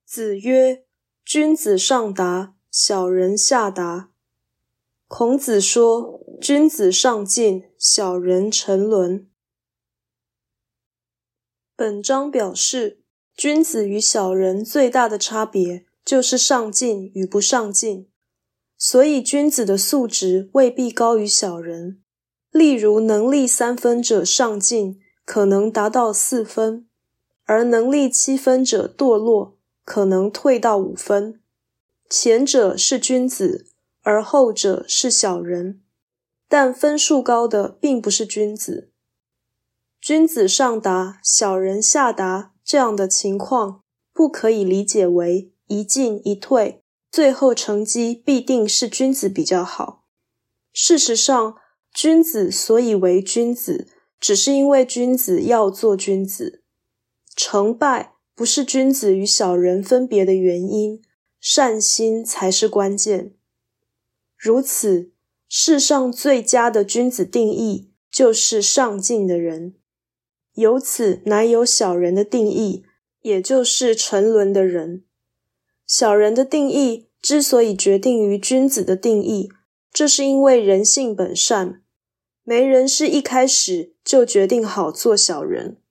子曰：君子上达，小人下达。孔子说，君子上进，小人沉沦。本章表示，君子与小人最大的差别就是上进与不上进，所以君子的素质未必高于小人。例如，能力3分者上进，可能达到4分，而能力7分者堕落，可能退到5分。前者是君子，而后者是小人，但分数高的并不是君子。君子上达，小人下达这样的情况，不可以理解为一进一退，最后成绩必定是君子比较好。事实上，君子所以为君子，只是因为君子要做君子。成败不是君子与小人分别的原因，善心才是关键。如此，世上最佳的君子定义就是上进的人，由此乃有小人的定义，也就是沉沦的人。小人的定义之所以决定于君子的定义，这是因为人性本善，没人是一开始就决定好做小人。